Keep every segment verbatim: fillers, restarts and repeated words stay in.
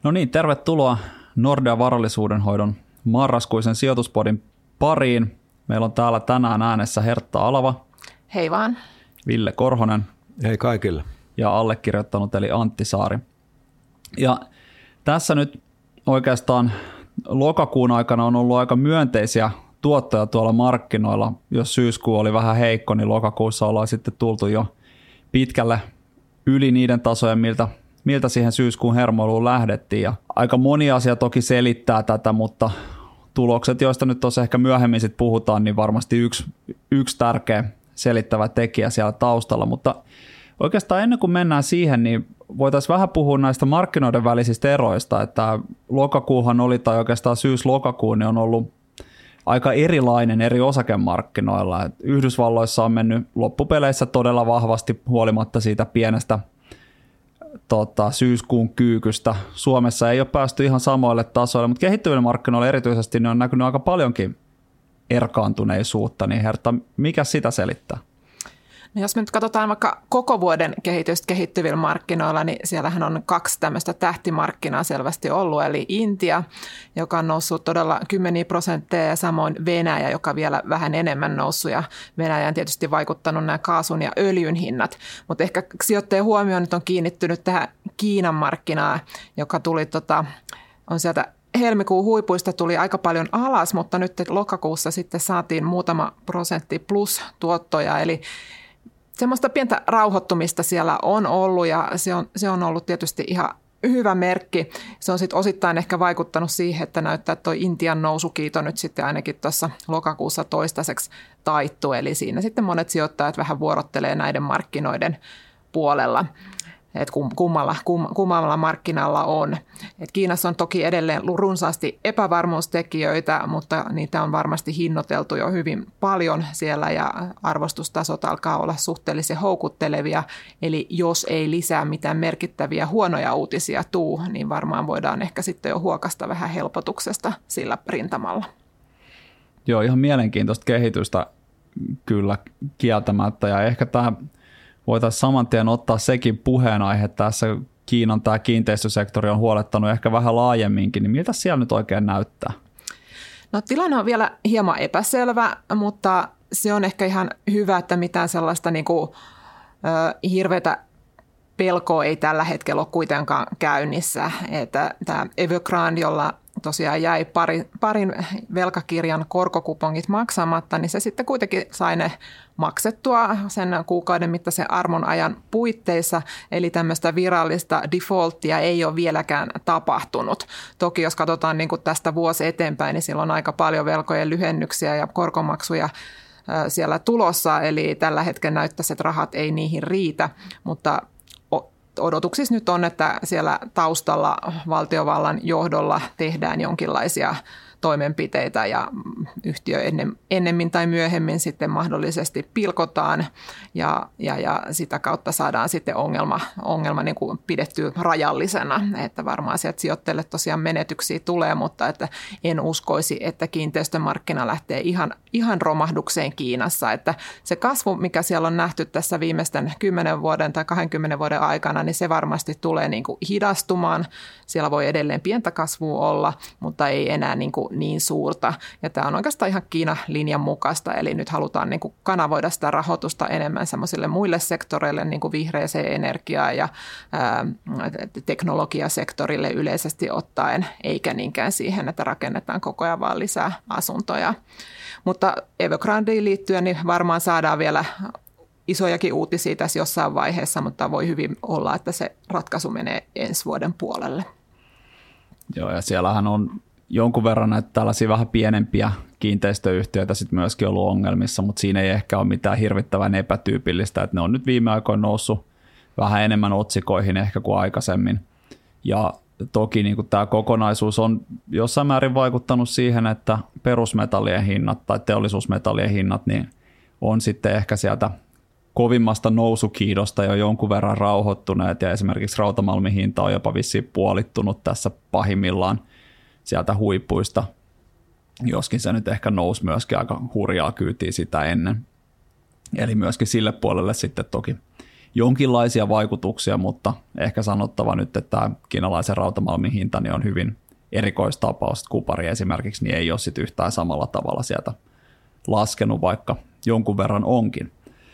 No niin, tervetuloa Nordea Varallisuudenhoidon marraskuisen sijoituspodin pariin. Meillä on täällä tänään äänessä Hertta Alava. Hei vaan. Ville Korhonen. Hei kaikille. Ja allekirjoittanut eli Antti Saari. Ja tässä nyt oikeastaan lokakuun aikana on ollut aika myönteisiä tuottoja tuolla markkinoilla. Jos syyskuu oli vähän heikko, niin lokakuussa ollaan sitten tultu jo pitkälle yli niiden tasojen, miltä, miltä siihen syyskuun hermoiluun lähdettiin. Ja aika moni asia toki selittää tätä, mutta tulokset, joista nyt tuossa ehkä myöhemmin sit puhutaan, niin varmasti yksi, yksi tärkeä selittävä tekijä siellä taustalla. Mutta oikeastaan ennen kuin mennään siihen, niin voitaisiin vähän puhua näistä markkinoiden välisistä eroista, että lokakuuhan oli, tai oikeastaan syys-lokakuu, niin on ollut aika erilainen eri osakemarkkinoilla. Et Yhdysvalloissa on mennyt loppupeleissä todella vahvasti huolimatta siitä pienestä tota, syyskuun kyykystä. Suomessa ei ole päästy ihan samoille tasoille, mutta kehittyvillä markkinoilla erityisesti niin on näkynyt aika paljonkin erkaantuneisuutta. Niin Hertta, mikä sitä selittää? No jos me nyt katsotaan vaikka koko vuoden kehitystä kehittyvillä markkinoilla, niin siellähän on kaksi tämmöistä tähtimarkkinaa selvästi ollut, eli Intia, joka on noussut todella kymmeniä prosentteja, ja samoin Venäjä, joka vielä vähän enemmän noussut, ja Venäjä on tietysti vaikuttanut nämä kaasun ja öljyn hinnat, mutta ehkä sijoittajien huomio nyt on kiinnittynyt tähän Kiinan markkinaan, joka tuli, tota, on sieltä helmikuun huipuista tuli aika paljon alas, mutta nyt lokakuussa sitten saatiin muutama prosentti plus tuottoja, eli semmoista pientä rauhoittumista siellä on ollut, ja se on, se on ollut tietysti ihan hyvä merkki. Se on sitten osittain ehkä vaikuttanut siihen, että näyttää, että toi Intian nousukiito nyt sitten ainakin tuossa lokakuussa toistaiseksi taittuu. Eli siinä sitten monet sijoittajat vähän vuorottelee näiden markkinoiden puolella, että kummalla, kum, kummalla markkinalla on. Et Kiinassa on toki edelleen runsaasti epävarmuustekijöitä, mutta niitä on varmasti hinnoiteltu jo hyvin paljon siellä, ja arvostustasot alkaa olla suhteellisen houkuttelevia. Eli jos ei lisää mitään merkittäviä huonoja uutisia tuu, niin varmaan voidaan ehkä sitten jo huokasta vähän helpotuksesta sillä rintamalla. Joo, ihan mielenkiintoista kehitystä kyllä kieltämättä, ja ehkä tämä voitaisiin saman tien ottaa sekin puheenaihe tässä. Kiinan tämä kiinteistösektori on huolettanut ehkä vähän laajemminkin, niin miltä siellä nyt oikein näyttää? No tilanne on vielä hieman epäselvä, mutta se on ehkä ihan hyvä, että mitään sellaista niin kuin, äh, hirveätä pelkoa ei tällä hetkellä ole kuitenkaan käynnissä. Että tämä Evergrande, jolla tosiaan jäi pari, parin velkakirjan korkokupongit maksamatta, niin se sitten kuitenkin sai ne maksettua sen kuukauden mittaisen armon ajan puitteissa, eli tämmöistä virallista defaulttia ei ole vieläkään tapahtunut. Toki jos katsotaan niin kuin tästä vuosi eteenpäin, niin silloin on aika paljon velkojen lyhennyksiä ja korkomaksuja siellä tulossa, eli tällä hetkellä näyttäisi, että rahat ei niihin riitä, mutta odotuksissa nyt on, että siellä taustalla valtiovallan johdolla tehdään jonkinlaisia toimenpiteitä, ja yhtiö ennemmin tai myöhemmin sitten mahdollisesti pilkotaan, ja, ja, ja sitä kautta saadaan sitten ongelma, ongelma niin kuin pidettyä rajallisena, että varmaan sieltä sijoittajille tosiaan menetyksiä tulee, mutta että en uskoisi, että kiinteistömarkkina lähtee ihan, ihan romahdukseen Kiinassa, että se kasvu, mikä siellä on nähty tässä viimeisten kymmenen vuoden tai kahdenkymmenen vuoden aikana, niin se varmasti tulee niin kuin hidastumaan. Siellä voi edelleen pientä kasvua olla, mutta ei enää niin kuin niin suurta. Ja tämä on oikeastaan ihan Kiinan linjan mukaista, eli nyt halutaan niin kuin kanavoida sitä rahoitusta enemmän semmoisille muille sektoreille, niin kuin vihreäseen energiaan ja ää, teknologiasektorille yleisesti ottaen, eikä niinkään siihen, että rakennetaan koko ajan vaan lisää asuntoja. Mutta Evergrandeen liittyen niin varmaan saadaan vielä isojakin uutisia tässä jossain vaiheessa, mutta voi hyvin olla, että se ratkaisu menee ensi vuoden puolelle. Joo, ja siellähän on jonkun verran näitä tällaisia vähän pienempiä kiinteistöyhtiöitä sitten myöskin ollut ongelmissa, mutta siinä ei ehkä ole mitään hirvittävän epätyypillistä, että ne on nyt viime aikoina noussut vähän enemmän otsikoihin ehkä kuin aikaisemmin. Ja toki niin kuin tämä kokonaisuus on jossain määrin vaikuttanut siihen, että perusmetallien hinnat tai teollisuusmetallien hinnat niin on sitten ehkä sieltä kovimmasta nousukiidosta jo jonkun verran rauhoittuneet, ja esimerkiksi rautamalmin hinta on jopa vissiin puolittunut tässä pahimmillaan sieltä huipuista, joskin se nyt ehkä nousi myöskin aika hurjaa kyytiä sitä ennen. Eli myöskin sille puolelle sitten toki jonkinlaisia vaikutuksia, mutta ehkä sanottava nyt, että tämä kiinalaisen rautamalmin hinta niin on hyvin erikoistapaus. Kupari esimerkiksi niin ei ole sit yhtään samalla tavalla sieltä laskenut, vaikka jonkun verran onkin.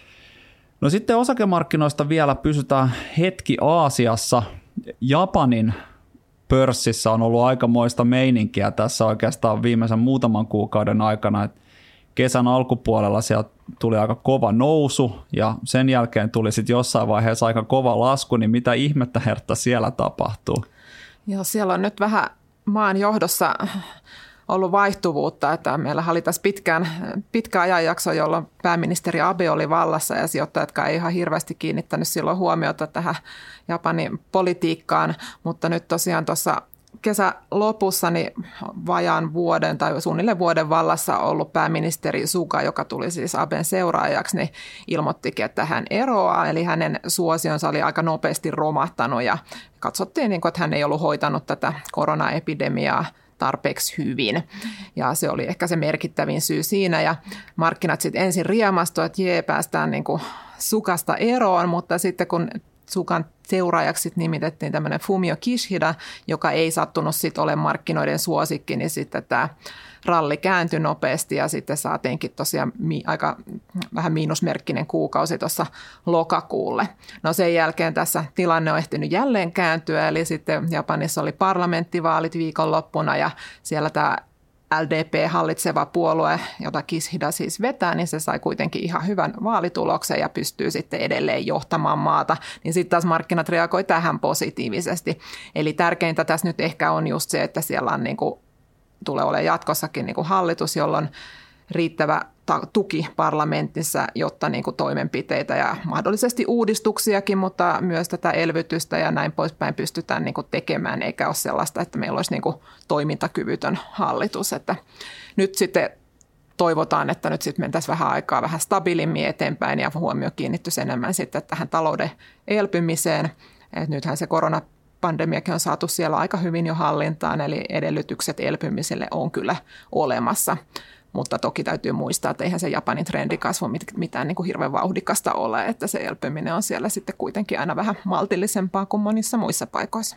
No sitten osakemarkkinoista vielä pysytään hetki Aasiassa. Japanin pörssissä on ollut aikamoista meininkiä tässä oikeastaan viimeisen muutaman kuukauden aikana. Kesän alkupuolella sieltä tuli aika kova nousu ja sen jälkeen tuli sitten jossain vaiheessa aika kova lasku, niin mitä ihmettä Hertta siellä tapahtuu? Joo, siellä on nyt vähän maan johdossa ollut vaihtuvuutta, että meillä oli tässä pitkään, pitkä ajanjakso, jolloin pääministeri Abe oli vallassa ja sijoittajatkaan ei ihan hirveästi kiinnittänyt silloin huomiota tähän Japanin politiikkaan, mutta nyt tosiaan tuossa kesän lopussa niin vajaan vuoden tai suunnilleen vuoden vallassa ollut pääministeri Suga, joka tuli siis Aben seuraajaksi, niin ilmoittikin, että hän eroaa, eli hänen suosionsa oli aika nopeasti romahtanut ja katsottiin, että hän ei ollut hoitanut tätä koronaepidemiaa tarpeeksi hyvin. Ja se oli ehkä se merkittävin syy siinä. Ja markkinat sitten ensin riemastuivat, että jee, päästään niin kuin Sugasta eroon, mutta sitten kun Sugan seuraajaksi nimitettiin tämmöinen Fumio Kishida, joka ei sattunut sitten olemaan markkinoiden suosikki, niin sitten tämä ralli kääntyi nopeasti ja sitten saatiinkin tosiaan mi- aika vähän miinusmerkkinen kuukausi tuossa lokakuulle. No sen jälkeen tässä tilanne on ehtinyt jälleen kääntyä, eli sitten Japanissa oli parlamenttivaalit viikonloppuna ja siellä tämä L D P hallitseva puolue, jota Kishida siis vetää, niin se sai kuitenkin ihan hyvän vaalituloksen ja pystyy sitten edelleen johtamaan maata. Niin sitten taas markkinat reagoi tähän positiivisesti. Eli tärkeintä tässä nyt ehkä on just se, että siellä on niin kuin, tulee olemaan jatkossakin niin kuin hallitus, jolla on riittävä tuki parlamentissa, jotta niin kuin toimenpiteitä ja mahdollisesti uudistuksiakin, mutta myös tätä elvytystä ja näin poispäin pystytään niin kuin tekemään, eikä ole sellaista, että meillä olisi niin kuin toimintakyvytön hallitus. Että nyt sitten toivotaan, että nyt sitten mentäisiin vähän aikaa vähän stabiilimmin eteenpäin ja huomio kiinnittyisi enemmän sitten tähän talouden elpymiseen. Et nythän se koronapandemiakin on saatu siellä aika hyvin jo hallintaan, eli edellytykset elpymiselle on kyllä olemassa. Mutta toki täytyy muistaa, että eihän se Japanin trendikasvu mitään niin kuin hirveän vauhdikasta ole, että se elpyminen on siellä sitten kuitenkin aina vähän maltillisempaa kuin monissa muissa paikoissa.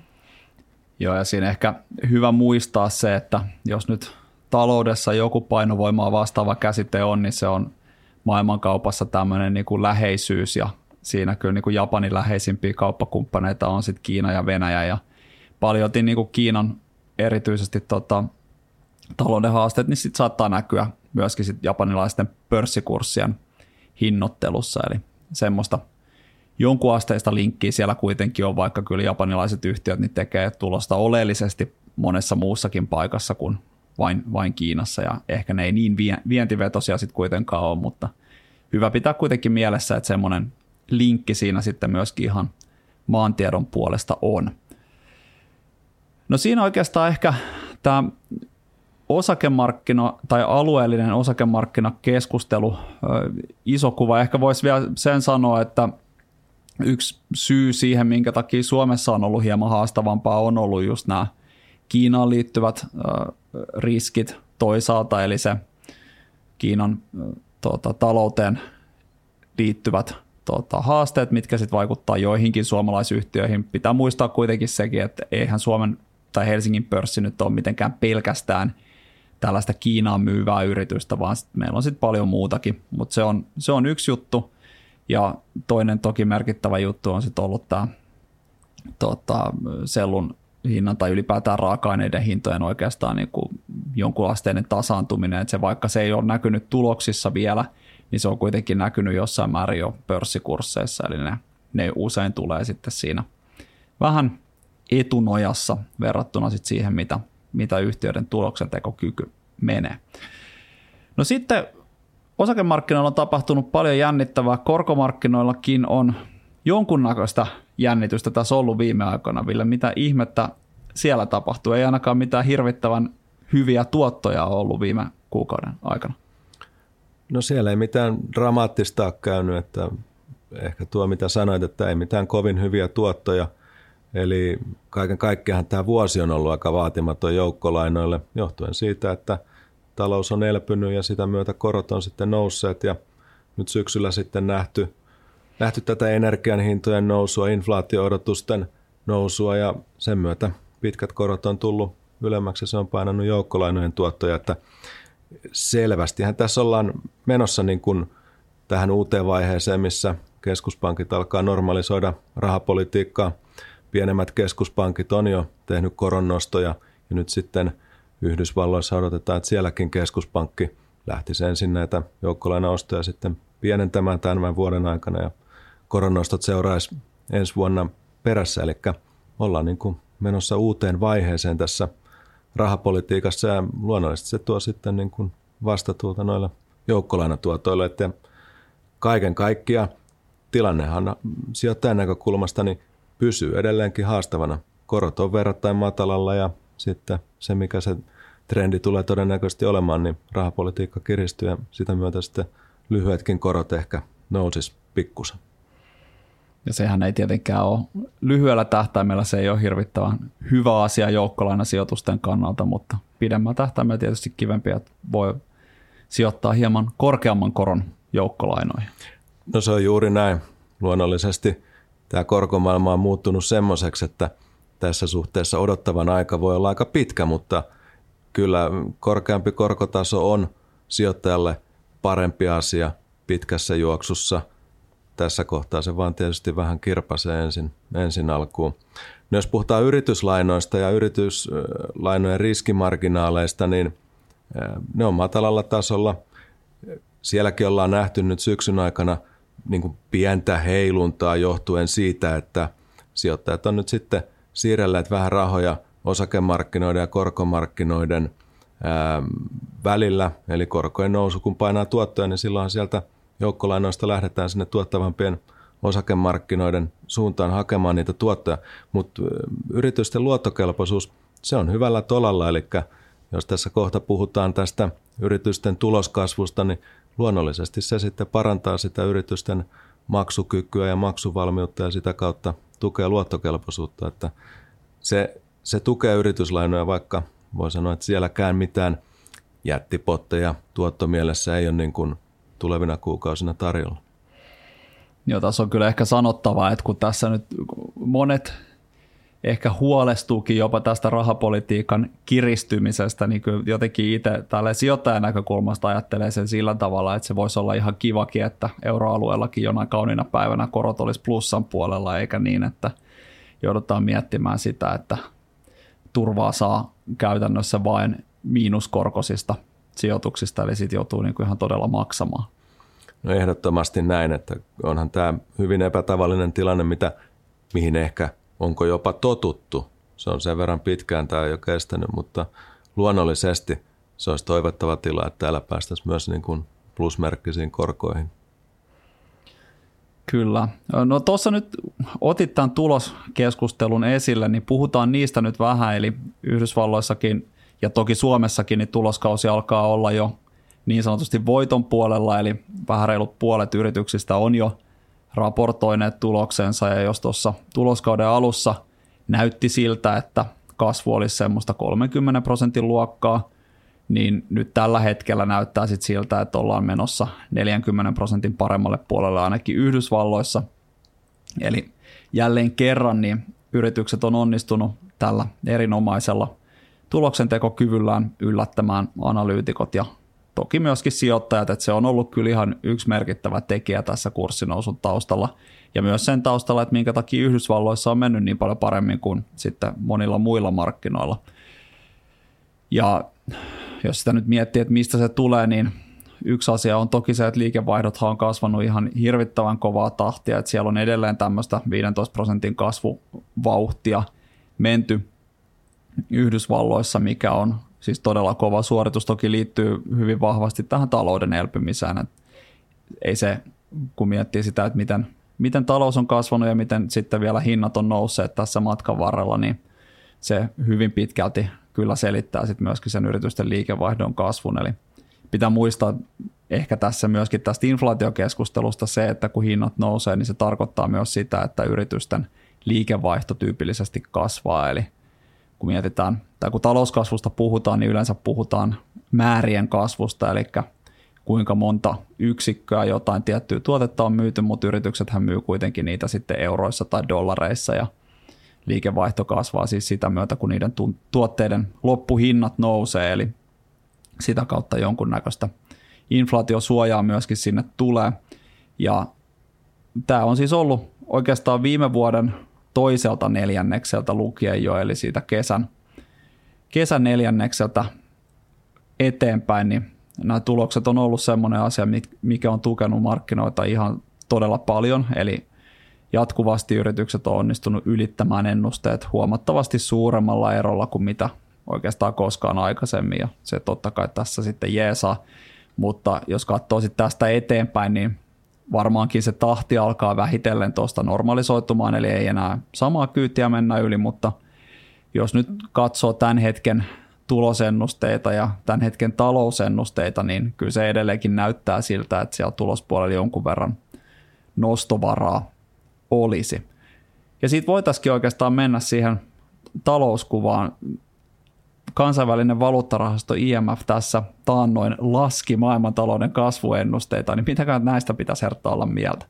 Joo, ja siinä ehkä hyvä muistaa se, että jos nyt taloudessa joku painovoimaa vastaava käsite on, niin se on maailmankaupassa tämmöinen niin kuin läheisyys, ja siinä kyllä niin kuin Japanin läheisimpiä kauppakumppaneita on sitten Kiina ja Venäjä, ja paljolti niin kuin Kiinan erityisesti tota, talouden haasteet, niin sitten saattaa näkyä myöskin sit japanilaisten pörssikurssien hinnoittelussa, eli semmoista jonkun asteista linkkiä siellä kuitenkin on, vaikka kyllä japanilaiset yhtiöt niin tekee tulosta oleellisesti monessa muussakin paikassa kuin vain, vain Kiinassa, ja ehkä ne ei niin vientivetosia sitten kuitenkaan ole, mutta hyvä pitää kuitenkin mielessä, että semmoinen linkki siinä sitten myöskin ihan maantiedon puolesta on. No siinä oikeastaan ehkä tämä osakemarkkina tai alueellinen osakemarkkinakeskustelu, iso kuva. Ehkä voisi vielä sen sanoa, että yksi syy siihen, minkä takia Suomessa on ollut hieman haastavampaa, on ollut just nämä Kiinaan liittyvät riskit toisaalta, eli se Kiinan tuota, talouteen liittyvät tuota, haasteet, mitkä sitten vaikuttaa joihinkin suomalaisyhtiöihin. Pitää muistaa kuitenkin sekin, että eihän Suomen tai Helsingin pörssi nyt ole mitenkään pelkästään tällaista Kiinaan myyvää yritystä, vaan meillä on sitten paljon muutakin, mutta se on, se on yksi juttu. Ja toinen toki merkittävä juttu on sitten ollut tämä tota, sellun hinnan tai ylipäätään raaka-aineiden hintojen oikeastaan niin kuin jonkunasteinen tasaantuminen, että se vaikka se ei ole näkynyt tuloksissa vielä, niin se on kuitenkin näkynyt jossain määrin jo pörssikursseissa, eli ne, ne usein tulee sitten siinä vähän etunojassa verrattuna sitten siihen, mitä, mitä yhtiöiden tuloksentekokyky menee. No sitten osakemarkkinoilla on tapahtunut paljon jännittävää. Korkomarkkinoillakin on jonkunnäköistä jännitystä tässä ollut viime aikoina. Ville, mitä ihmettä siellä tapahtuu? Ei ainakaan mitään hirvittävän hyviä tuottoja ole ollut viime kuukauden aikana. No siellä ei mitään dramaattista ole käynyt, että ehkä tuo mitä sanoit, että ei mitään kovin hyviä tuottoja. Eli kaiken kaikkiaan tämä vuosi on ollut aika vaatimaton joukkolainoille johtuen siitä, että talous on elpynyt ja sitä myötä korot on sitten nousseet ja nyt syksyllä sitten nähty nähty tätä energian hintojen nousua, inflaatio-odotusten nousua ja sen myötä pitkät korot on tullut ylemmäksi ja se on painanut joukkolainojen tuottoja, että selvästihän tässä ollaan menossa niin kuin tähän uuteen vaiheeseen, missä keskuspankit alkaa normalisoida rahapolitiikkaa. Pienemmät keskuspankit on jo tehnyt koronnostoja ja nyt sitten Yhdysvalloissa odotetaan, että sielläkin keskuspankki lähtisi ensin näitä joukkolainaostoja sitten pienentämään tämän vuoden aikana ja koronnostot seuraisi ensi vuonna perässä. Eli ollaan niin kuin menossa uuteen vaiheeseen tässä rahapolitiikassa ja luonnollisesti se tuo sitten niin kuin vastatuulta noille joukkolainatuotoille. Että kaiken kaikkiaan tilannehan sijoittajan näkökulmasta niin pysyy edelleenkin haastavana. Korot on verrattain matalalla ja sitten se, mikä se trendi tulee todennäköisesti olemaan, niin rahapolitiikka kiristyy ja sitä myötä sitten lyhyetkin korot ehkä nousisi pikkusen. Ja sehän ei tietenkään ole lyhyellä tähtäimellä, se ei ole hirvittävän hyvä asia joukkolainasijoitusten kannalta, mutta pidemmällä tähtäimellä tietysti kivempiä, että voi sijoittaa hieman korkeamman koron joukkolainoihin. No se on juuri näin. Luonnollisesti tämä korkomaailma on muuttunut semmoiseksi, että tässä suhteessa odottavan aika voi olla aika pitkä, mutta kyllä korkeampi korkotaso on sijoittajalle parempi asia pitkässä juoksussa. Tässä kohtaa se vaan tietysti vähän kirpaisee ensin, ensin alkuun. No jos puhutaan yrityslainoista ja yrityslainojen riskimarginaaleista, niin ne on matalalla tasolla. Sielläkin ollaan nähty nyt syksyn aikana niin kuin pientä heiluntaa johtuen siitä, että sijoittajat on nyt sitten siirrelleet vähän rahoja osakemarkkinoiden ja korkomarkkinoiden ää, välillä. Eli korkojen nousu, kun painaa tuottoja, niin silloin sieltä joukkolainoista lähdetään sinne tuottavampien osakemarkkinoiden suuntaan hakemaan niitä tuottoja. Mutta yritysten luottokelpoisuus, se on hyvällä tolalla. Eli jos tässä kohta puhutaan tästä yritysten tuloskasvusta, niin luonnollisesti se sitten parantaa sitä yritysten maksukykyä ja maksuvalmiutta ja sitä kautta tukee luottokelpoisuutta. Että se, se tukee yrityslainoja, vaikka voi sanoa, että sielläkään mitään jättipotteja tuottomielessä ei ole niin kuin tulevina kuukausina tarjolla. Joo, tässä on kyllä ehkä sanottavaa, että kun tässä nyt monet ehkä huolestuukin jopa tästä rahapolitiikan kiristymisestä, niin kyllä jotenkin itse tällä sijoittajan näkökulmasta ajattelee sen sillä tavalla, että se voisi olla ihan kivakin, että euroalueellakin jonain kauniina päivänä korot olisi plussan puolella, eikä niin, että joudutaan miettimään sitä, että turvaa saa käytännössä vain miinuskorkoisista sijoituksista, eli sitten joutuu niin kuin ihan todella maksamaan. No ehdottomasti näin, että onhan tämä hyvin epätavallinen tilanne, mitä, mihin ehkä onko jopa totuttu. Se on sen verran pitkään tämä jo kestänyt, mutta luonnollisesti se olisi toivottava tila, että täällä päästäisiin myös niin kuin plusmerkkisiin korkoihin. Kyllä. No tuossa nyt otit tämän tuloskeskustelun esille, niin puhutaan niistä nyt vähän, eli Yhdysvalloissakin ja toki Suomessakin niin tuloskausi alkaa olla jo niin sanotusti voiton puolella, eli vähän reilut puolet yrityksistä on jo raportoineet tuloksensa, ja jos tuossa tuloskauden alussa näytti siltä, että kasvu olisi semmoista kolmenkymmenen prosentin luokkaa, niin nyt tällä hetkellä näyttää sit siltä, että ollaan menossa neljänkymmenen prosentin paremmalle puolelle ainakin Yhdysvalloissa. Eli jälleen kerran niin yritykset on onnistunut tällä erinomaisella tuloksentekokyvyllään yllättämään analyytikot ja toki myöskin sijoittajat, että se on ollut kyllä ihan yksi merkittävä tekijä tässä kurssinousun taustalla ja myös sen taustalla, että minkä takia Yhdysvalloissa on mennyt niin paljon paremmin kuin sitten monilla muilla markkinoilla. Ja jos sitä nyt miettii, että mistä se tulee, niin yksi asia on toki se, että liikevaihdothan on kasvanut ihan hirvittävän kovaa tahtia, että siellä on edelleen tämmöistä viidentoista prosentin kasvuvauhtia menty Yhdysvalloissa, mikä on siis todella kova suoritus, toki liittyy hyvin vahvasti tähän talouden elpymiseen. Et ei se, kun miettii sitä, että miten, miten talous on kasvanut ja miten sitten vielä hinnat on nousseet tässä matkan varrella, niin se hyvin pitkälti kyllä selittää sitten myöskin sen yritysten liikevaihdon kasvun. Eli pitää muistaa ehkä tässä myöskin tästä inflaatiokeskustelusta se, että kun hinnat nousee, niin se tarkoittaa myös sitä, että yritysten liikevaihto tyypillisesti kasvaa. Eli kun mietitään, tai kun talouskasvusta puhutaan, niin yleensä puhutaan määrien kasvusta, eli kuinka monta yksikköä jotain tiettyä tuotetta on myyty, mutta yrityksethän myy kuitenkin niitä sitten euroissa tai dollareissa ja liikevaihto kasvaa siis sitä myötä, kun niiden tuotteiden loppuhinnat nousee, eli sitä kautta jonkunnäköistä inflaatiosuojaa myöskin sinne tulee. Ja tämä on siis ollut oikeastaan viime vuoden toiselta neljännekseltä lukien jo, eli siitä kesän, kesän neljännekseltä eteenpäin, niin nämä tulokset on ollut semmoinen asia, mikä on tukenut markkinoita ihan todella paljon, eli jatkuvasti yritykset on onnistunut ylittämään ennusteet huomattavasti suuremmalla erolla kuin mitä oikeastaan koskaan aikaisemmin, ja se totta kai tässä sitten jeesaa, mutta jos katsoo sitten tästä eteenpäin, niin varmaankin se tahti alkaa vähitellen tuosta normalisoitumaan, eli ei enää samaa kyytiä mennä yli, mutta jos nyt katsoo tämän hetken tulosennusteita ja tämän hetken talousennusteita, niin kyllä se edelleenkin näyttää siltä, että siellä tulospuolella jonkun verran nostovaraa olisi. Ja siitä voitaisiin oikeastaan mennä siihen talouskuvaan. Kansainvälinen valuuttarahasto I M F tässä taannoin laski maailmantalouden kasvuennusteita, niin mitäkään näistä pitäisi hertaa olla mieltä?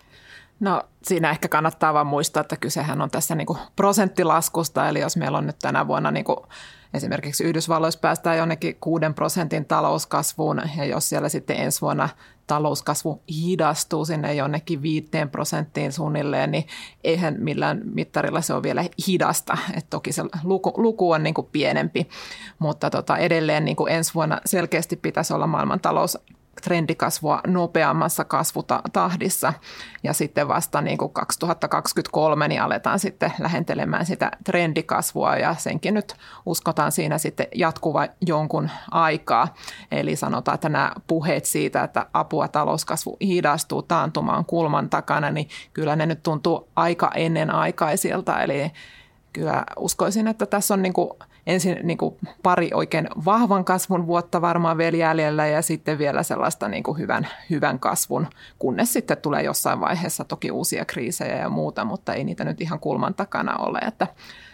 No siinä ehkä kannattaa vaan muistaa, että kysehän on tässä niin kuin prosenttilaskusta, eli jos meillä on nyt tänä vuonna niin kuin esimerkiksi Yhdysvalloissa päästään jonnekin kuuden prosentin talouskasvuun, ja jos siellä sitten ensi vuonna talouskasvu hidastuu sinne jonnekin viiteen prosenttiin suunnilleen, niin eihän millään mittarilla se ole vielä hidasta. Et toki se luku, luku on niin kuin pienempi, mutta tota edelleen niin kuin ensi vuonna selkeästi pitäisi olla maailmantalous trendikasvua nopeammassa kasvutahdissa, ja sitten vasta niin kuin kaksituhattakaksikymmentäkolme niin aletaan sitten lähentelemään sitä trendikasvua, ja senkin nyt uskotaan siinä sitten jatkuva jonkun aikaa. Eli sanotaan, että nämä puheet siitä, että apua talouskasvu hidastuu taantumaan kulman takana, niin kyllä ne nyt tuntuu aika ennenaikaisilta, eli kyllä uskoisin, että tässä on niin kuin ensin niin kuin pari oikein vahvan kasvun vuotta varmaan vielä jäljellä, ja sitten vielä sellaista niin kuin hyvän, hyvän kasvun, kunnes sitten tulee jossain vaiheessa toki uusia kriisejä ja muuta, mutta ei niitä nyt ihan kulman takana ole. Että,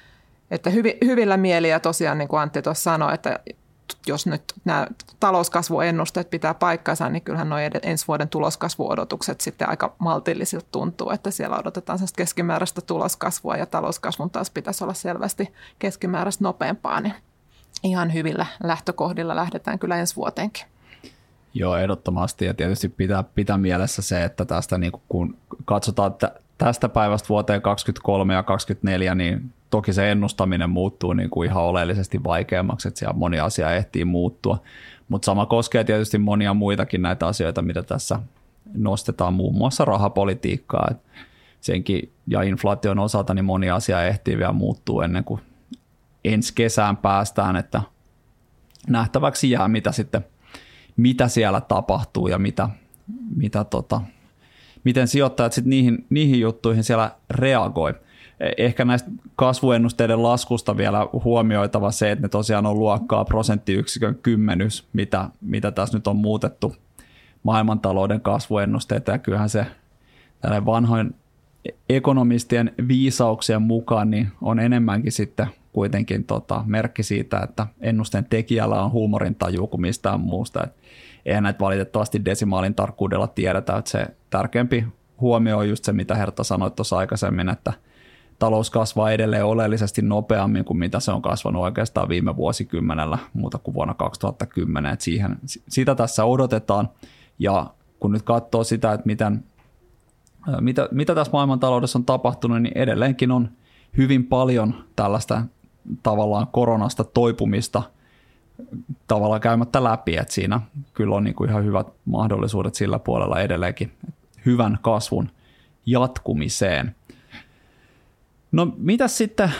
että hyvi, hyvillä mieliä tosiaan, niin kuin Antti tuossa sanoi, että jos nyt nämä talouskasvuennusteet pitää paikkansa, niin kyllähän nuo ensi vuoden tuloskasvuodotukset sitten aika maltillisilta tuntuu, että siellä odotetaan sellaista keskimääräistä tuloskasvua, ja talouskasvun taas pitäisi olla selvästi keskimääräistä nopeampaa, niin ihan hyvillä lähtökohdilla lähdetään kyllä ensi vuoteenkin. Joo, ehdottomasti, ja tietysti pitää, pitää mielessä se, että tästä niin kun katsotaan että tästä päivästä vuoteen kaksikymmentäkolme ja kaksikymmentäneljä, niin toki se ennustaminen muuttuu niin kuin ihan oleellisesti vaikeammaksi, että siellä moni asia ehtii muuttua, mutta sama koskee tietysti monia muitakin näitä asioita, mitä tässä nostetaan, muun muassa rahapolitiikkaa, että senkin ja inflaation osalta niin moni asia ehtii vielä muuttua ennen kuin ensi kesään päästään, että nähtäväksi jää, mitä sitten mitä siellä tapahtuu ja mitä, mitä tota, miten sijoittajat sitten niihin, niihin juttuihin siellä reagoi. Ehkä näistä kasvuennusteiden laskusta vielä huomioitava se, että ne tosiaan on luokkaa prosenttiyksikön kymmenys, mitä, mitä tässä nyt on muutettu maailmantalouden kasvuennusteita, ja kyllähän se vanhoin ekonomistien viisauksien mukaan niin on enemmänkin sitten kuitenkin tota, merkki siitä, että ennusteen tekijällä on huumorintaju kuin mistään muusta. Et eihän näitä valitettavasti desimaalin tarkkuudella tiedetä, että se tärkeämpi huomio on just se, mitä Hertta sanoi tuossa aikaisemmin, että talous kasvaa edelleen oleellisesti nopeammin kuin mitä se on kasvanut oikeastaan viime vuosikymmenellä, muuta kuin vuonna kaksituhattakymmenen. Et siihen, sitä tässä odotetaan, ja kun nyt katsoo sitä, että miten, mitä, mitä tässä maailmantaloudessa on tapahtunut, niin edelleenkin on hyvin paljon tällaista tavallaan koronasta toipumista tavallaan käymättä läpi, että siinä kyllä on niin kuin ihan hyvät mahdollisuudet sillä puolella edelleenkin hyvän kasvun jatkumiseen. No mitäs sitten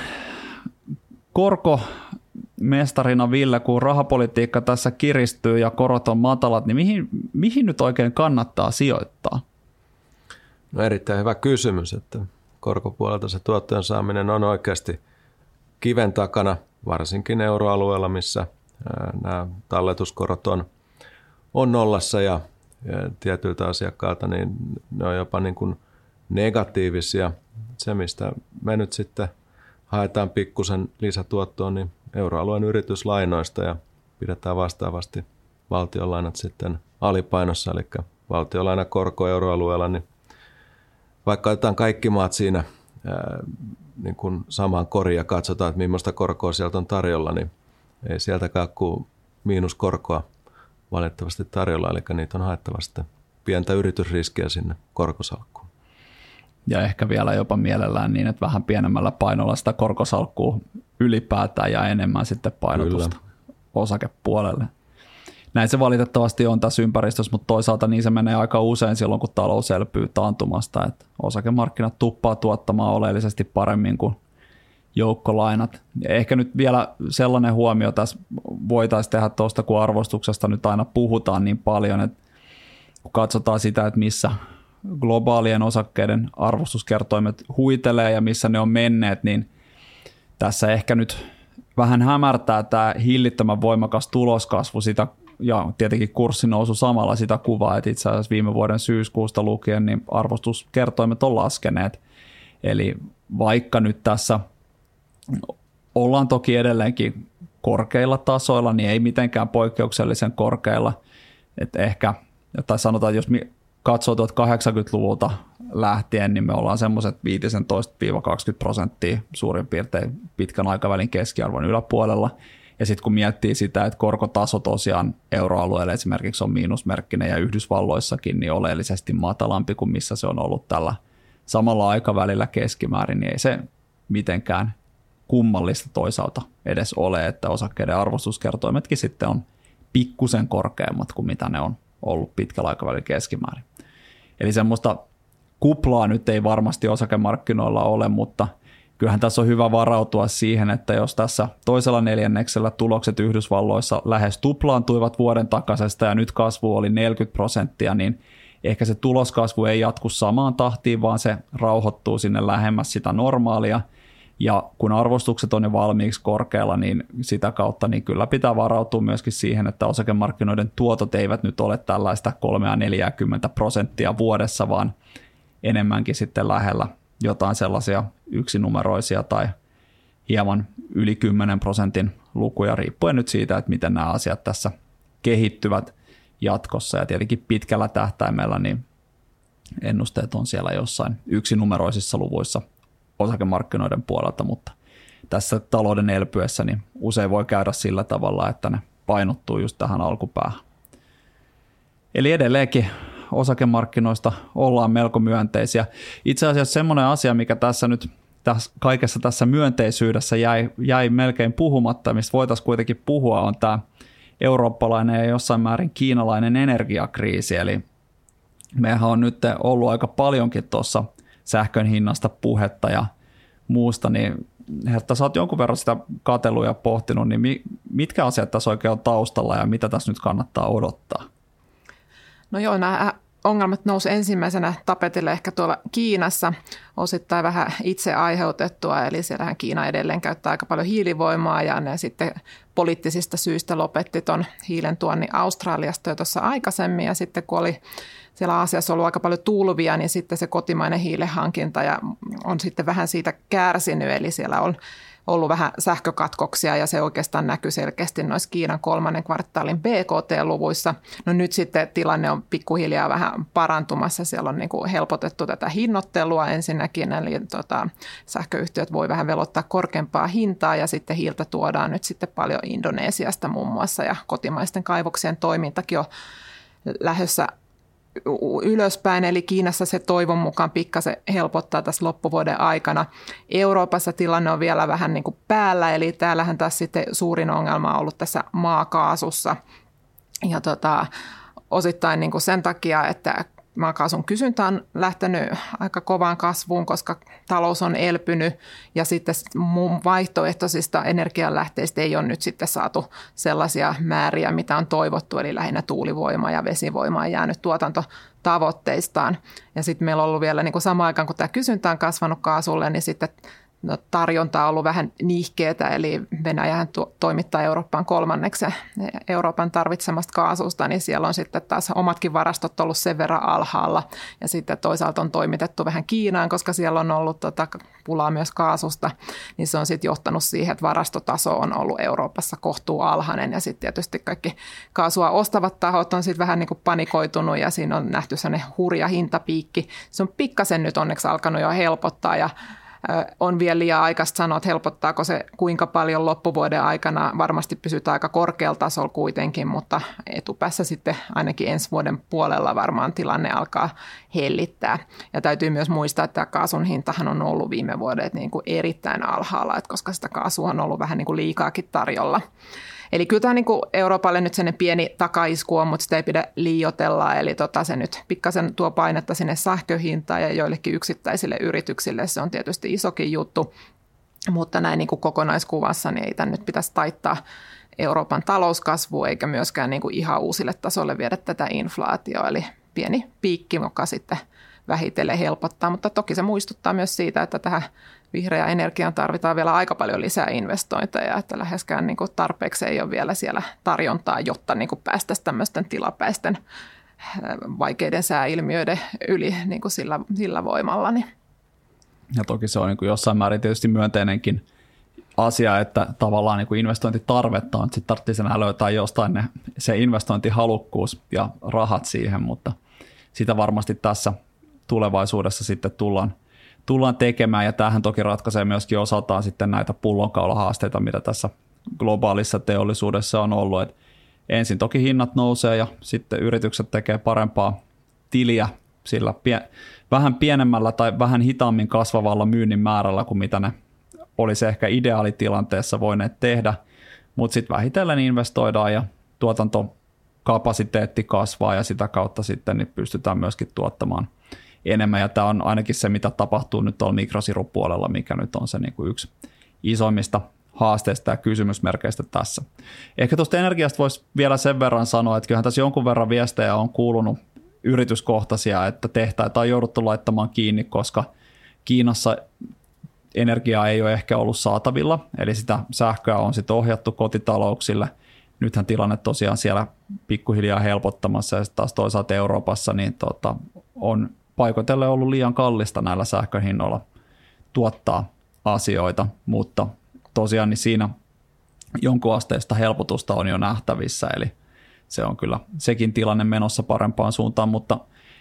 korkomestarina Ville, kun rahapolitiikka tässä kiristyy ja korot on matalat, niin mihin, mihin nyt oikein kannattaa sijoittaa? No erittäin hyvä kysymys, että korkopuolelta se tuottojen saaminen on oikeasti kiven takana, varsinkin euroalueella, missä nämä talletuskorot on, on nollassa, ja, ja tietyiltä asiakkailta niin ne on jopa niin kuin negatiivisia. Se, mistä me nyt sitten haetaan pikkusen lisätuottoa, niin euroalueen yrityslainoista, ja pidetään vastaavasti valtionlainat sitten alipainossa, eli valtiolainakorko euroalueella, niin vaikka otetaan kaikki maat siinä ää, niin kuin samaan koriin ja katsotaan, että millaista korkoa sieltä on tarjolla, niin ei sieltäkään kuin miinuskorkoa valitettavasti tarjolla, eli niitä on haettava sitten pientä yritysriskiä sinne korkosalkkuun. Ja ehkä vielä jopa mielellään niin, että vähän pienemmällä painolla sitä korkosalkkua ylipäätään ja enemmän sitten painotusta Kyllä. osakepuolelle. Näin se valitettavasti on tässä ympäristössä, mutta toisaalta niin se menee aika usein silloin, kun talous elpyy taantumasta, että osakemarkkinat tuppaa tuottamaan oleellisesti paremmin kuin joukkolainat. Ja ehkä nyt vielä sellainen huomio tässä voitaisiin tehdä tuosta, kun arvostuksesta nyt aina puhutaan niin paljon, että kun katsotaan sitä, että missä globaalien osakkeiden arvostuskertoimet huitelee ja missä ne on menneet, niin tässä ehkä nyt vähän hämärtää tämä hillittömän voimakas tuloskasvu sitä, ja tietenkin kurssinousu samalla sitä kuvaa, että itse asiassa viime vuoden syyskuusta lukien niin arvostuskertoimet on laskeneet. Eli vaikka nyt tässä ollaan toki edelleenkin korkeilla tasoilla, niin ei mitenkään poikkeuksellisen korkeilla. Että ehkä, tai sanotaan, jos katsoo tuolta kahdeksankymmentäluvulta lähtien, niin me ollaan semmoiset viisitoista kaksikymmentä prosenttia suurin piirtein pitkän aikavälin keskiarvon yläpuolella. Ja sitten kun miettii sitä, että korkotaso tosiaan euroalueella esimerkiksi on miinusmerkkinen ja Yhdysvalloissakin niin oleellisesti matalampi kuin missä se on ollut tällä samalla aikavälillä keskimäärin, niin ei se mitenkään kummallista toisaalta edes ole, että osakkeiden arvostuskertoimetkin sitten on pikkusen korkeammat kuin mitä ne on ollut pitkällä aikavälillä keskimäärin. Eli semmoista kuplaa nyt ei varmasti osakemarkkinoilla ole, mutta kyllähän tässä on hyvä varautua siihen, että jos tässä toisella neljänneksellä tulokset Yhdysvalloissa lähes tuplaantuivat vuoden takaisesta ja nyt kasvu oli neljäkymmentä prosenttia, niin ehkä se tuloskasvu ei jatku samaan tahtiin, vaan se rauhoittuu sinne lähemmäs sitä normaalia. Ja kun arvostukset on jo valmiiksi korkealla, niin sitä kautta niin kyllä pitää varautua myöskin siihen, että osakemarkkinoiden tuotot eivät nyt ole tällaista kolmekymmentä neljäkymmentä prosenttia vuodessa, vaan enemmänkin sitten lähellä jotain sellaisia yksinumeroisia tai hieman yli kymmenen prosentin lukuja, riippuen nyt siitä, että miten nämä asiat tässä kehittyvät jatkossa. Ja tietenkin pitkällä tähtäimellä niin ennusteet on siellä jossain yksinumeroisissa luvuissa osakemarkkinoiden puolelta, mutta tässä talouden elpyessä niin usein voi käydä sillä tavalla, että ne painottuu just tähän alkupäähän. Eli edelleenkin osakemarkkinoista ollaan melko myönteisiä. Itse asiassa semmoinen asia, mikä tässä nyt tässä, kaikessa tässä myönteisyydessä jäi, jäi melkein puhumatta, mistä voitaisiin kuitenkin puhua, on tämä eurooppalainen ja jossain määrin kiinalainen energiakriisi. Eli mehän on nyt ollut aika paljonkin tuossa sähkön hinnasta puhetta ja muusta, niin Hertta, sä oot jonkun verran sitä katsellut ja pohtinut, niin mitkä asiat tässä oikein on taustalla ja mitä tässä nyt kannattaa odottaa? No joo, nämä ongelmat nousi ensimmäisenä tapetille ehkä tuolla Kiinassa, osittain vähän itse aiheutettua, eli siellähän Kiina edelleen käyttää aika paljon hiilivoimaa ja ne sitten poliittisista syistä lopetti tuon hiilen tuonnin Australiasta jo tuossa aikaisemmin ja sitten kun oli siellä Aasiassa ollut aika paljon tulvia, niin sitten se kotimainen hiilenhankinta ja on sitten vähän siitä kärsinyt, eli siellä on ollut vähän sähkökatkoksia ja se oikeastaan näkyy selkeästi noissa Kiinan kolmannen kvartaalin B K T-luvuissa. No nyt sitten tilanne on pikkuhiljaa vähän parantumassa. Siellä on niin kuin helpotettu tätä hinnoittelua ensinnäkin, eli tota, sähköyhtiöt voi vähän velottaa korkeampaa hintaa ja sitten hiiltä tuodaan nyt sitten paljon Indonesiasta muun muassa ja kotimaisten kaivoksien toimintakin on lähdössä ylöspäin, eli Kiinassa se toivon mukaan pikkasen helpottaa tässä loppuvuoden aikana. Euroopassa tilanne on vielä vähän niin kuin päällä, eli täällähän taas sitten suurin ongelma on ollut tässä maakaasussa. Ja tota, osittain niin kuin sen takia, että maakaasun kysyntä on lähtenyt aika kovaan kasvuun, koska talous on elpynyt ja sitten muun vaihtoehtoisista energianlähteistä ei ole nyt sitten saatu sellaisia määriä, mitä on toivottu, eli lähinnä tuulivoima ja vesivoima on jäänyt tuotantotavoitteistaan. Ja sitten meillä on ollut vielä niin kuin samaan aikaan, kun tämä kysyntä on kasvanut kaasulle, niin sitten no, tarjonta on ollut vähän nihkeetä, eli Venäjähän to- toimittaa Eurooppaan kolmanneksi Euroopan tarvitsemasta kaasusta, niin siellä on sitten taas omatkin varastot ollut sen verran alhaalla. Ja sitten toisaalta on toimitettu vähän Kiinaan, koska siellä on ollut tota pulaa myös kaasusta, niin se on sitten johtanut siihen, että varastotaso on ollut Euroopassa kohtuu alhainen. Ja sitten tietysti kaikki kaasua ostavat tahot on sitten vähän niin kuin panikoitunut ja siinä on nähty sellainen hurja hintapiikki. Se on pikkasen nyt onneksi alkanut jo helpottaa ja on vielä liian aikaista sanoa, että helpottaako se kuinka paljon loppuvuoden aikana. Varmasti pysytään aika korkealla tasolla kuitenkin, mutta etupäässä sitten ainakin ensi vuoden puolella varmaan tilanne alkaa hellittää. Ja täytyy myös muistaa, että kaasun hintahan on ollut viime vuodet niin kuin erittäin alhaalla, että koska sitä kaasua on ollut vähän niin kuin liikaakin tarjolla. Eli kyllä tämä niin kuin Euroopalle nyt sellainen pieni takaisku on, mutta sitä ei pidä liioitella. Eli tota, se nyt pikkasen tuo painetta sinne sähköhintaan ja joillekin yksittäisille yrityksille se on tietysti isokin juttu. Mutta näin niin kuin kokonaiskuvassa niin ei tämän nyt pitäisi taittaa Euroopan talouskasvua eikä myöskään niin kuin ihan uusille tasolle viedä tätä inflaatioa. Eli pieni piikki, joka sitten vähitellen helpottaa, mutta toki se muistuttaa myös siitä, että tähän vihreään energiaan tarvitaan vielä aika paljon lisää investointeja, että läheskään niin kuin tarpeeksi ei ole vielä siellä tarjontaa, jotta niin kuin päästäisiin tämmöisten tilapäisten vaikeiden sääilmiöiden yli niin kuin sillä, sillä voimalla. Niin. Ja toki se on niin kuin jossain määrin tietysti myönteinenkin asia, että tavallaan niin kuin investointitarvetta on, että sitten tarvitsisi enää löytää jostain ne, se investointihalukkuus ja rahat siihen, mutta sitä varmasti tässä tulevaisuudessa sitten tullaan, tullaan tekemään, ja tämähän toki ratkaisee myöskin osaltaan sitten näitä pullonkaulahaasteita, mitä tässä globaalissa teollisuudessa on ollut. Et ensin toki hinnat nousee ja sitten yritykset tekee parempaa tiliä sillä pie- vähän pienemmällä tai vähän hitaammin kasvavalla myynnin määrällä kuin mitä ne olisi ehkä ideaalitilanteessa voineet tehdä, mutta sitten vähitellen investoidaan ja tuotantokapasiteetti kasvaa ja sitä kautta sitten niin pystytään myöskin tuottamaan enemmän, ja tämä on ainakin se, mitä tapahtuu nyt tuolla mikrosirupuolella, mikä nyt on se niin kuin yksi isoimmista haasteista ja kysymysmerkeistä tässä. Ehkä tuosta energiasta voisi vielä sen verran sanoa, että kyllähän tässä jonkun verran viestejä on kuulunut yrityskohtaisia, että tehtaita on jouduttu laittamaan kiinni, koska Kiinassa energiaa ei ole ehkä ollut saatavilla, eli sitä sähköä on sitten ohjattu kotitalouksille. Nythän tilanne tosiaan siellä pikkuhiljaa helpottamassa, ja sitten taas toisaalta Euroopassa niin tota, on paikoitellen ollut liian kallista näillä sähköhinnoilla tuottaa asioita, mutta tosiaan niin siinä jonkun asteista helpotusta on jo nähtävissä, eli se on kyllä sekin tilanne menossa parempaan suuntaan, mutta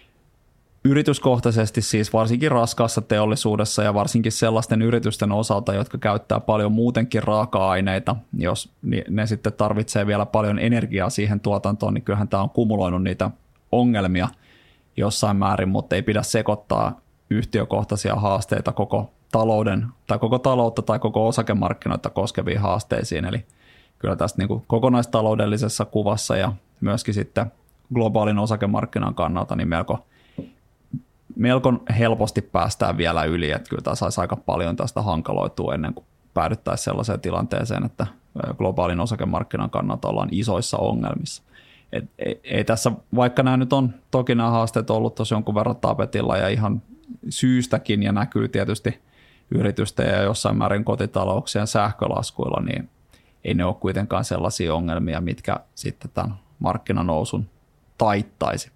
yrityskohtaisesti siis varsinkin raskaassa teollisuudessa ja varsinkin sellaisten yritysten osalta, jotka käyttää paljon muutenkin raaka-aineita, jos ne sitten tarvitsee vielä paljon energiaa siihen tuotantoon, niin kyllähän tämä on kumuloinut niitä ongelmia jossain määrin, mutta ei pidä sekoittaa yhtiökohtaisia haasteita koko talouden tai koko taloutta tai koko osakemarkkinoita koskeviin haasteisiin. Eli kyllä tästä niin kuin kokonaistaloudellisessa kuvassa ja myöskin sitten globaalin osakemarkkinan kannalta niin melko, melko helposti päästään vielä yli. Että kyllä tämä saisi aika paljon tästä hankaloitua ennen kuin päädyttäisiin sellaiseen tilanteeseen, että globaalin osakemarkkinan kannalta ollaan isoissa ongelmissa. Et ei, ei tässä, vaikka nämä nyt on toki nämä haasteet ollut tuossa jonkun verran tapetilla ja ihan syystäkin ja näkyy tietysti yritysten ja jossain määrin kotitalouksien sähkölaskuilla, niin ei ne ole kuitenkaan sellaisia ongelmia, mitkä sitten tämän markkinanousun taittaisi.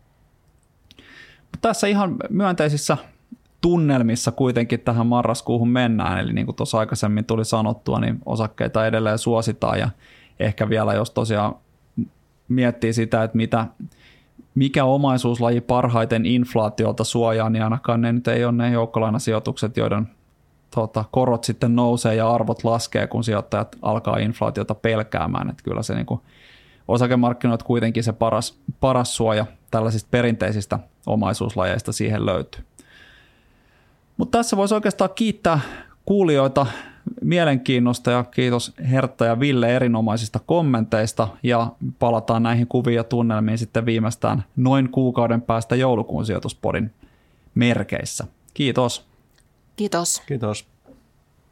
Mutta tässä ihan myönteisissä tunnelmissa kuitenkin tähän marraskuuhun mennään, eli niin kuin tuossa aikaisemmin tuli sanottua, niin osakkeita edelleen suositaan ja ehkä vielä jos tosiaan miettii sitä, että mitä, mikä omaisuuslaji parhaiten inflaatiolta suojaa, niin ainakaan ne nyt ei ole ne joukkolainasijoitukset, joiden tota, korot sitten nousee ja arvot laskee, kun sijoittajat alkaa inflaatiota pelkäämään. Että kyllä se niin kuin osakemarkkinoit kuitenkin se paras, paras suoja tällaisista perinteisistä omaisuuslajeista siihen löytyy. Mutta tässä voisi oikeastaan kiittää kuulijoita mielenkiinnosta ja kiitos Hertta ja Ville erinomaisista kommenteista ja palataan näihin kuviin ja tunnelmiin sitten viimeistään noin kuukauden päästä joulukuun sijoituspodin merkeissä. Kiitos. Kiitos. Kiitos.